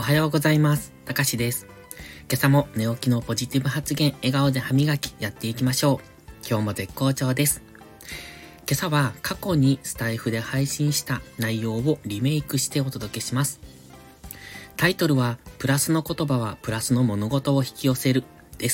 はようございます。たかしです。今朝も寝起きのポジティブ発言、笑顔で歯磨きやっていきましょう。今日も絶好調です。今朝は過去にスタイフで配信した内容をリメイクしてお届けします。タイトルは、プラスの言葉はプラスの物事を引き寄せるです。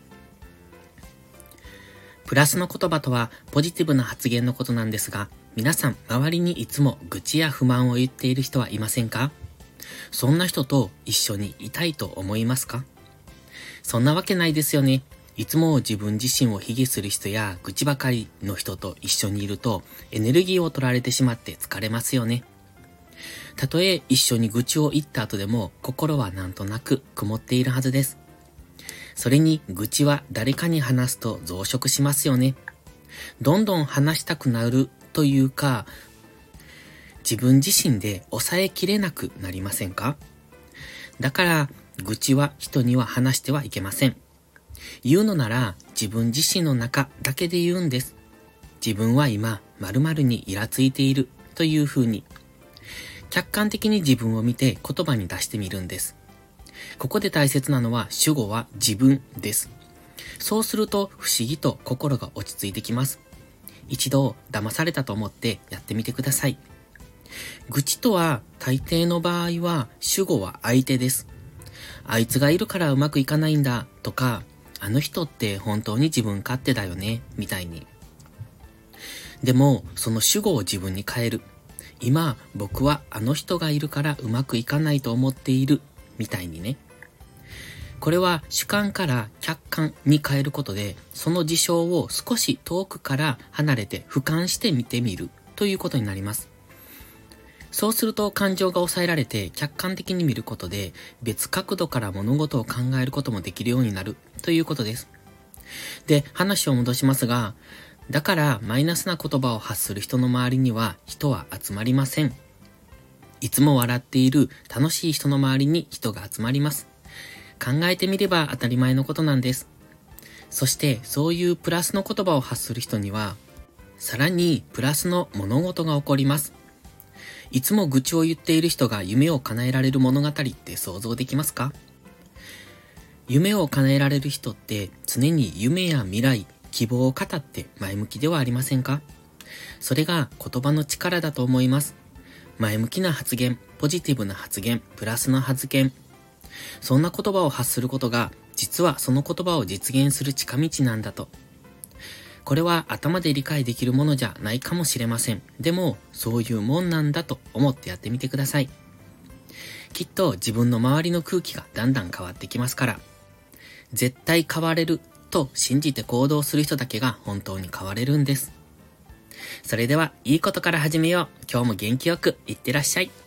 プラスの言葉とはポジティブな発言のことなんですが、皆さん周りにいつも愚痴や不満を言っている人はいませんか？そんな人と一緒にいたいと思いますか？そんなわけないですよね。いつも自分自身を卑下する人や愚痴ばかりの人と一緒にいるとエネルギーを取られてしまって疲れますよね。たとえ一緒に愚痴を言った後でも心はなんとなく曇っているはずです。それに愚痴は誰かに話すと増殖しますよね。どんどん話したくなるというか、自分自身で抑えきれなくなりませんか？だから愚痴は人には話してはいけません。言うのなら自分自身の中だけで言うんです。自分は今〇〇にイラついているという風に客観的に自分を見て言葉に出してみるんです。ここで大切なのは主語は自分です。そうすると不思議と心が落ち着いてきます。一度騙されたと思ってやってみてください。愚痴とは大抵の場合は主語は相手です。あいつがいるからうまくいかないんだとか、あの人って本当に自分勝手だよねみたいに。でもその主語を自分に変える。今僕はあの人がいるからうまくいかないと思っているみたいにね。これは主観から客観に変えることで、その事象を少し遠くから離れて俯瞰して見てみるということになります。そうすると感情が抑えられて客観的に見ることで別角度から物事を考えることもできるようになるということです。で、話を戻しますが、だからマイナスな言葉を発する人の周りには人は集まりません。いつも笑っている楽しい人の周りに人が集まります。考えてみれば当たり前のことなんです。そしてそういうプラスの言葉を発する人にはさらにプラスの物事が起こります。いつも愚痴を言っている人が夢を叶えられる物語って想像できますか？夢を叶えられる人って常に夢や未来、希望を語って前向きではありませんか？それが言葉の力だと思います。前向きな発言、ポジティブな発言、プラスの発言。そんな言葉を発することが実はその言葉を実現する近道なんだと。これは頭で理解できるものじゃないかもしれません。でもそういうもんなんだと思ってやってみてください。きっと自分の周りの空気がだんだん変わってきますから。絶対変われると信じて行動する人だけが本当に変われるんです。それではいいことから始めよう。今日も元気よくいってらっしゃい。